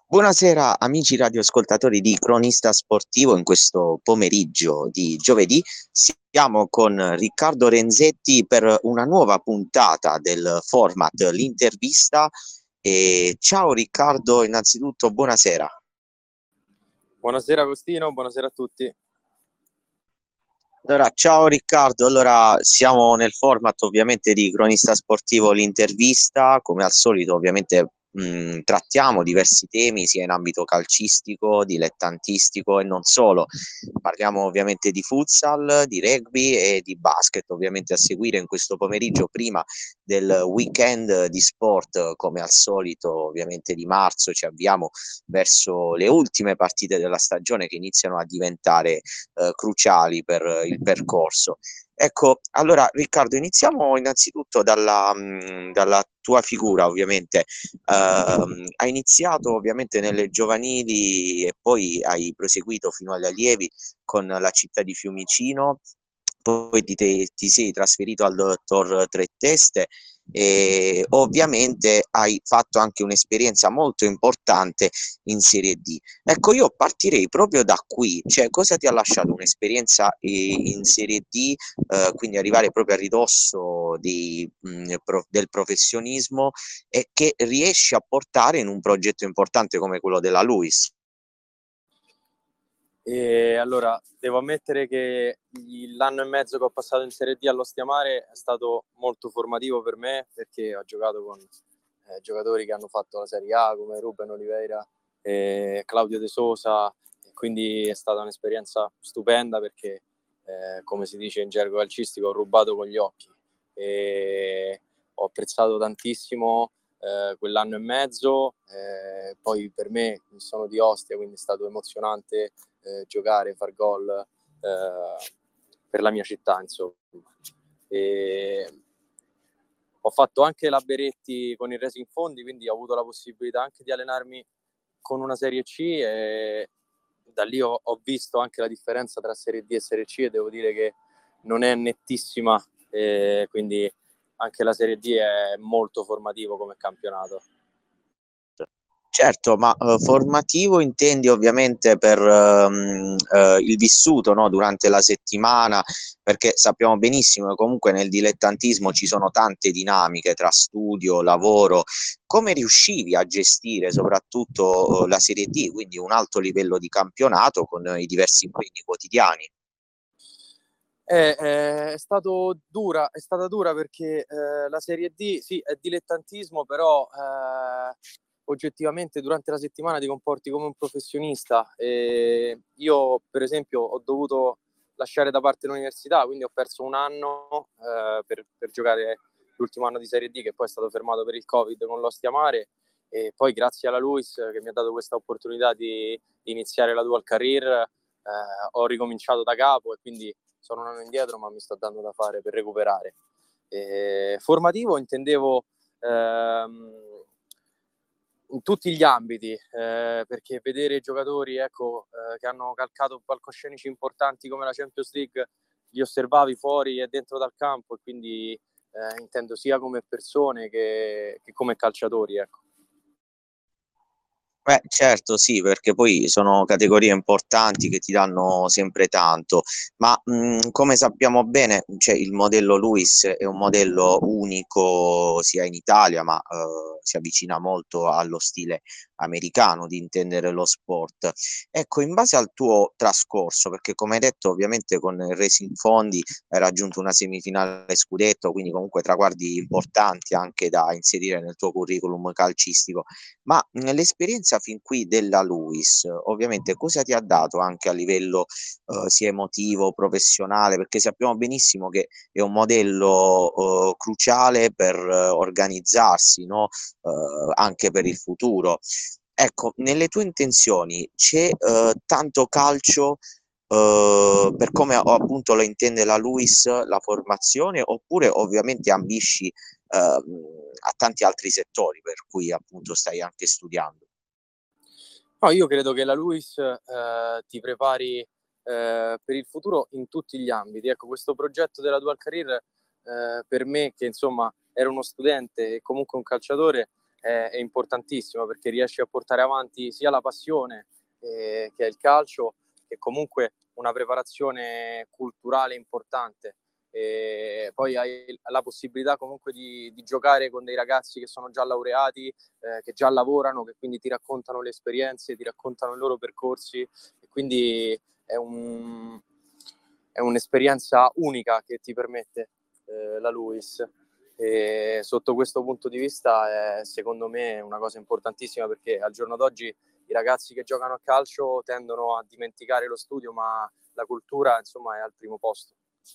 Buonasera amici radioascoltatori di Cronista Sportivo, in questo pomeriggio di giovedì siamo con Riccardo Renzetti per una nuova puntata del format L'intervista. E ciao Riccardo, innanzitutto buonasera. Buonasera Agostino, buonasera a tutti. Allora, ciao Riccardo, allora siamo nel format ovviamente di Cronista Sportivo l'intervista, come al solito ovviamente trattiamo diversi temi sia in ambito calcistico, dilettantistico e non solo. Parliamo ovviamente di futsal, di rugby e di basket, ovviamente a seguire in questo pomeriggio prima del weekend di sport, come al solito ovviamente di marzo ci avviamo verso le ultime partite della stagione che iniziano a diventare cruciali per il percorso. Ecco, allora Riccardo, iniziamo innanzitutto dalla tua figura, ovviamente. Hai iniziato ovviamente nelle giovanili e poi hai proseguito fino agli allievi con la città di Fiumicino, poi ti sei trasferito al dottor Tre Teste e ovviamente hai fatto anche un'esperienza molto importante in Serie D. Ecco, io partirei proprio da qui, cioè cosa ti ha lasciato un'esperienza in Serie D, quindi arrivare proprio a ridosso del professionismo e che riesci a portare in un progetto importante come quello della Luis. E allora, devo ammettere che l'anno e mezzo che ho passato in Serie D all'Ostiamare è stato molto formativo per me, perché ho giocato con giocatori che hanno fatto la Serie A come Ruben Oliveira e Claudio De Sosa, e quindi è stata un'esperienza stupenda perché, come si dice in gergo calcistico, ho rubato con gli occhi e ho apprezzato tantissimo quell'anno e mezzo. Poi per me sono di Ostia, quindi è stato emozionante giocare, far gol per la mia città, insomma. E ho fatto anche la Beretti con il Racing Fondi, quindi ho avuto la possibilità anche di allenarmi con una Serie C e da lì ho visto anche la differenza tra Serie D e Serie C e devo dire che non è nettissima, quindi anche la Serie D è molto formativo come campionato. Certo, ma formativo intendi ovviamente per il vissuto, no, durante la settimana, perché sappiamo benissimo che comunque nel dilettantismo ci sono tante dinamiche tra studio, lavoro. Come riuscivi a gestire soprattutto la Serie D, quindi un alto livello di campionato con i diversi impegni quotidiani? È stata dura perché la Serie D sì, è dilettantismo, però oggettivamente durante la settimana ti comporti come un professionista. E io, per esempio, ho dovuto lasciare da parte l'università, quindi ho perso un anno per giocare l'ultimo anno di Serie D, che poi è stato fermato per il Covid con l'Ostia Mare. E poi grazie alla Luis che mi ha dato questa opportunità di iniziare la dual career, ho ricominciato da capo e quindi sono un anno indietro, ma mi sto dando da fare per recuperare. Formativo intendevo in tutti gli ambiti, perché vedere giocatori che hanno calcato palcoscenici importanti come la Champions League, li osservavi fuori e dentro dal campo, e quindi intendo sia come persone che come calciatori. Ecco. Beh, certo, sì, perché poi sono categorie importanti che ti danno sempre tanto, ma come sappiamo bene, cioè, il modello Luis è un modello unico sia in Italia, ma si avvicina molto allo stile americano di intendere lo sport. Ecco, in base al tuo trascorso, perché come hai detto, ovviamente con il Racing Fondi hai raggiunto una semifinale scudetto, quindi comunque traguardi importanti anche da inserire nel tuo curriculum calcistico. Ma l'esperienza fin qui della Luis, ovviamente cosa ti ha dato anche a livello sia emotivo, professionale? Perché sappiamo benissimo che è un modello cruciale per organizzarsi, no? Anche per il futuro. Ecco, nelle tue intenzioni c'è tanto calcio per come appunto lo intende la Luis, la formazione, oppure ovviamente ambisci a tanti altri settori per cui appunto stai anche studiando. No, io credo che la Luis ti prepari per il futuro in tutti gli ambiti. Ecco, questo progetto della dual career per me, che insomma ero uno studente e comunque un calciatore, è importantissimo, perché riesci a portare avanti sia la passione che è il calcio, che comunque una preparazione culturale importante. E poi hai la possibilità comunque di giocare con dei ragazzi che sono già laureati, che già lavorano, che quindi ti raccontano le esperienze, ti raccontano i loro percorsi, e quindi è un'esperienza unica che ti permette la LUISS. E sotto questo punto di vista è secondo me una cosa importantissima, perché al giorno d'oggi i ragazzi che giocano a calcio tendono a dimenticare lo studio, ma la cultura insomma è al primo posto.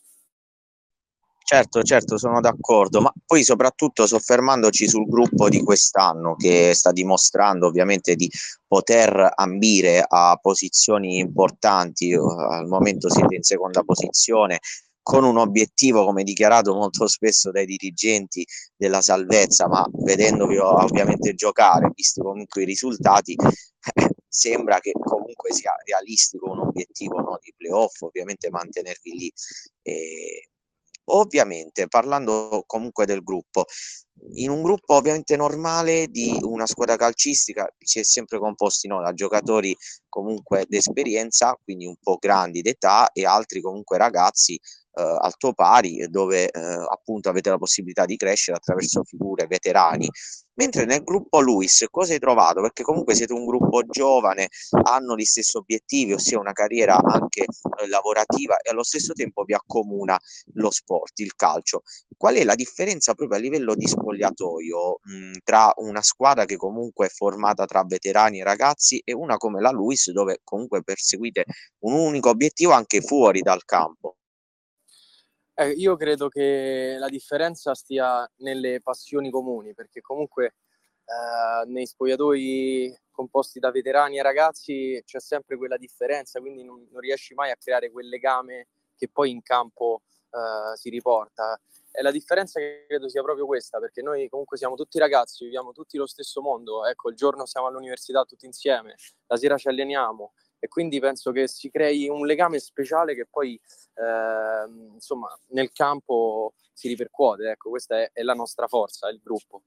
Certo, certo, sono d'accordo, ma poi soprattutto soffermandoci sul gruppo di quest'anno che sta dimostrando ovviamente di poter ambire a posizioni importanti, al momento siete in seconda posizione, con un obiettivo, come dichiarato molto spesso dai dirigenti, della salvezza, ma vedendovi ovviamente giocare, visti comunque i risultati, sembra che comunque sia realistico un obiettivo, no, di playoff, ovviamente mantenervi lì. E ovviamente, parlando comunque del gruppo, in un gruppo ovviamente normale di una squadra calcistica si è sempre composti, no, da giocatori comunque d'esperienza, quindi un po' grandi d'età, e altri comunque ragazzi al tuo pari, dove appunto avete la possibilità di crescere attraverso figure veterani. Mentre nel gruppo Luis, cosa hai trovato? Perché comunque siete un gruppo giovane, hanno gli stessi obiettivi, ossia una carriera anche lavorativa, e allo stesso tempo vi accomuna lo sport, il calcio. Qual è la differenza proprio a livello di spogliatoio tra una squadra che comunque è formata tra veterani e ragazzi e una come la Luis, dove comunque perseguite un unico obiettivo anche fuori dal campo? Io credo che la differenza stia nelle passioni comuni, perché comunque nei spogliatoi composti da veterani e ragazzi c'è sempre quella differenza, quindi non riesci mai a creare quel legame che poi in campo si riporta. E la differenza credo sia proprio questa, perché noi comunque siamo tutti ragazzi, viviamo tutti lo stesso mondo, ecco, il giorno siamo all'università tutti insieme, la sera ci alleniamo, e quindi penso che si crei un legame speciale che poi insomma nel campo si ripercuote. Ecco, questa è la nostra forza, è il gruppo.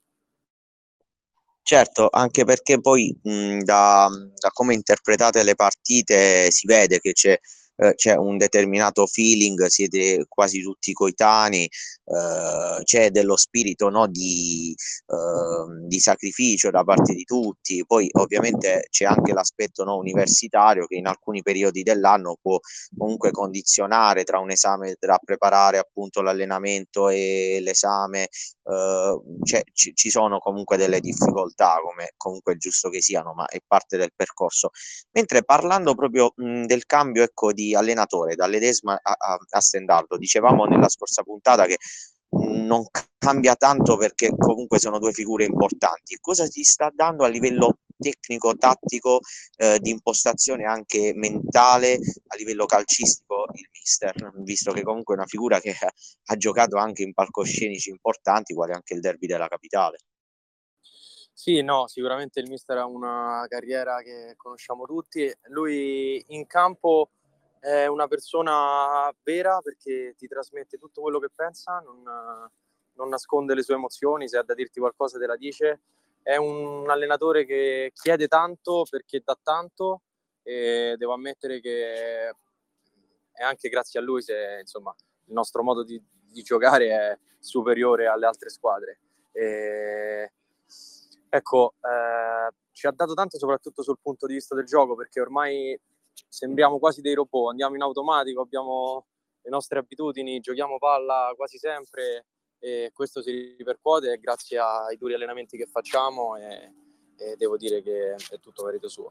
Certo, anche perché poi da come interpretate le partite si vede che c'è un determinato feeling, siete quasi tutti coetanei, c'è dello spirito, no, di sacrificio da parte di tutti. Poi ovviamente c'è anche l'aspetto, no, universitario, che in alcuni periodi dell'anno può comunque condizionare tra un esame da preparare, appunto l'allenamento e l'esame, ci sono comunque delle difficoltà, come comunque è giusto che siano, ma è parte del percorso. Mentre parlando proprio del cambio, ecco, di allenatore da Ledesma a Stendardo, dicevamo nella scorsa puntata che non cambia tanto perché comunque sono due figure importanti. Cosa ti sta dando a livello tecnico, tattico, di impostazione anche mentale, a livello calcistico, il mister, visto che comunque è una figura che ha giocato anche in palcoscenici importanti, quale anche il derby della capitale? Sì, no, sicuramente il mister ha una carriera che conosciamo tutti. Lui in campo è una persona vera, perché ti trasmette tutto quello che pensa, non nasconde le sue emozioni, se ha da dirti qualcosa te la dice. È un allenatore che chiede tanto perché dà tanto, e devo ammettere che è anche grazie a lui se insomma il nostro modo di giocare è superiore alle altre squadre. E, ecco, ci ha dato tanto soprattutto sul punto di vista del gioco, perché ormai sembriamo quasi dei robot, andiamo in automatico, abbiamo le nostre abitudini, giochiamo palla quasi sempre, e questo si ripercuote grazie ai duri allenamenti che facciamo, e devo dire che è tutto merito suo.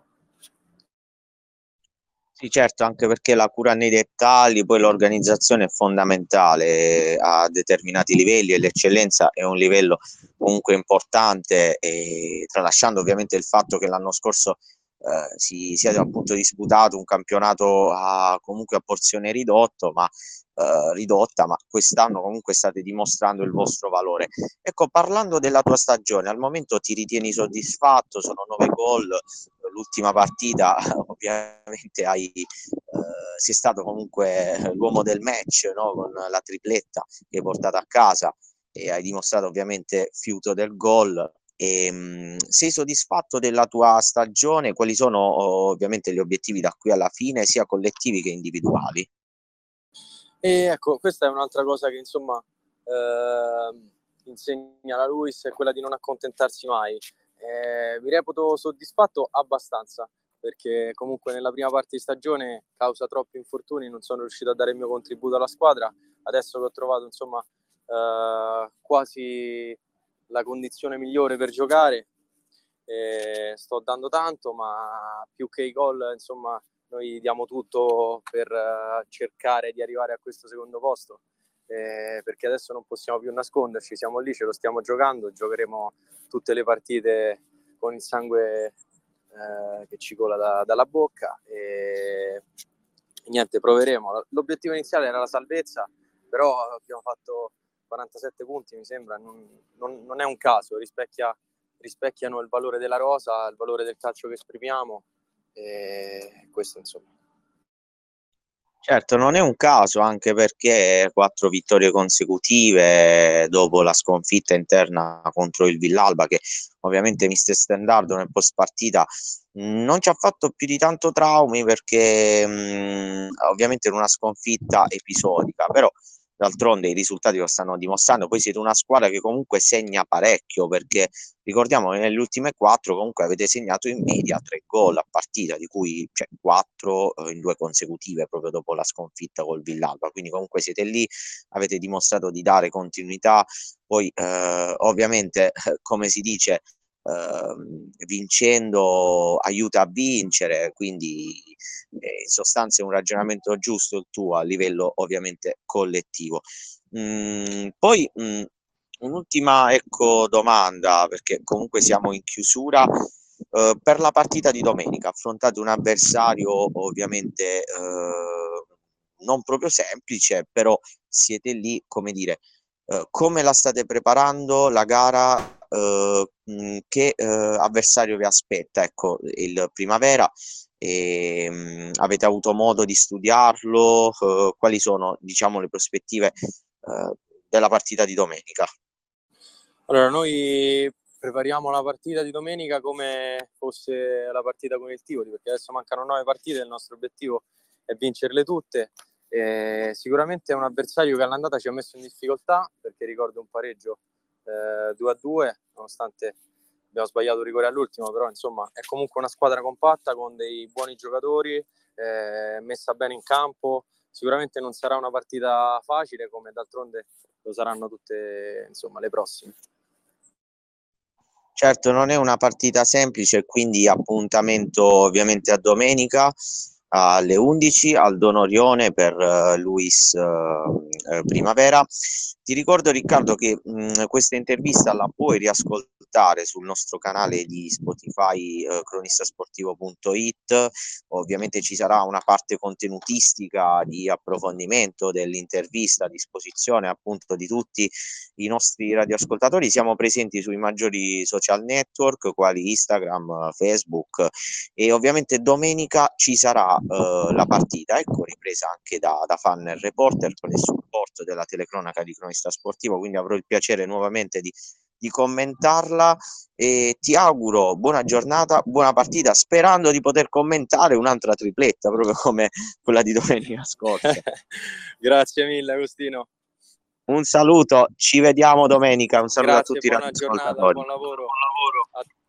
Sì, certo, anche perché la cura nei dettagli, poi l'organizzazione è fondamentale a determinati livelli, e l'eccellenza è un livello comunque importante, e tralasciando ovviamente il fatto che l'anno scorso si sia appunto disputato un campionato comunque a porzione ridotta, ma quest'anno comunque state dimostrando il vostro valore. Ecco, parlando della tua stagione, al momento ti ritieni soddisfatto? Sono 9 gol, l'ultima partita ovviamente sei stato comunque l'uomo del match, no? Con la tripletta che hai portato a casa, e hai dimostrato ovviamente fiuto del gol. Sei soddisfatto della tua stagione? Quali sono ovviamente gli obiettivi da qui alla fine, sia collettivi che individuali? E ecco, questa è un'altra cosa che insomma insegna la Luis, è quella di non accontentarsi mai. Mi reputo soddisfatto abbastanza, perché comunque nella prima parte di stagione, causa troppi infortuni, non sono riuscito a dare il mio contributo alla squadra. Adesso che ho trovato insomma quasi la condizione migliore per giocare, sto dando tanto, ma più che i gol, insomma, noi diamo tutto per cercare di arrivare a questo secondo posto, perché adesso non possiamo più nasconderci, siamo lì, ce lo stiamo giocando, giocheremo tutte le partite con il sangue che ci cola dalla bocca e niente, proveremo. L'obiettivo iniziale era la salvezza, però abbiamo fatto 47 punti, mi sembra, non è un caso, rispecchiano il valore della rosa, il valore del calcio che esprimiamo e questo insomma. Certo, non è un caso, anche perché 4 vittorie consecutive dopo la sconfitta interna contro il Villalba, che ovviamente mister Stendardo nel post partita non ci ha fatto più di tanto traumi, perché ovviamente era una sconfitta episodica, però d'altronde i risultati lo stanno dimostrando. Poi siete una squadra che comunque segna parecchio, perché ricordiamo che nelle ultime 4 comunque avete segnato in media 3 gol a partita, di cui 4 in 2 consecutive proprio dopo la sconfitta col Villalba, quindi comunque siete lì, avete dimostrato di dare continuità. Poi ovviamente come si dice, vincendo aiuta a vincere, quindi in sostanza è un ragionamento giusto il tuo a livello ovviamente collettivo. Poi un'ultima, ecco, domanda, perché comunque siamo in chiusura. Per la partita di domenica affrontate un avversario ovviamente non proprio semplice, però siete lì, come dire, come la state preparando la gara? Che avversario vi aspetta? Ecco, il Primavera. Avete avuto modo di studiarlo? Quali sono, diciamo, le prospettive della partita di domenica? Allora, noi prepariamo la partita di domenica come fosse la partita con il Tivoli, perché adesso mancano 9 partite, il nostro obiettivo è vincerle tutte. Sicuramente è un avversario che all'andata ci ha messo in difficoltà, perché ricordo un pareggio 2-2, nonostante abbiamo sbagliato il rigore all'ultimo, però insomma è comunque una squadra compatta con dei buoni giocatori, messa bene in campo. Sicuramente non sarà una partita facile, come d'altronde lo saranno tutte insomma le prossime. Certo, non è una partita semplice, quindi appuntamento ovviamente a domenica alle 11 al Donorione per Luis Primavera. Ti ricordo, Riccardo, che questa intervista la puoi riascoltare sul nostro canale di Spotify, cronistasportivo.it. Ovviamente ci sarà una parte contenutistica di approfondimento dell'intervista a disposizione appunto di tutti i nostri radioascoltatori. Siamo presenti sui maggiori social network quali Instagram, Facebook, e ovviamente domenica ci sarà la partita, ecco, ripresa anche da fan e reporter con il supporto della telecronaca di Cronista Sportivo, quindi avrò il piacere nuovamente di commentarla, e ti auguro buona giornata, buona partita, sperando di poter commentare un'altra tripletta proprio come quella di domenica scorsa. Grazie mille Agostino. Un saluto, ci vediamo domenica, un saluto a Grazie, tutti i buona giornata, radioascoltatori. buon lavoro.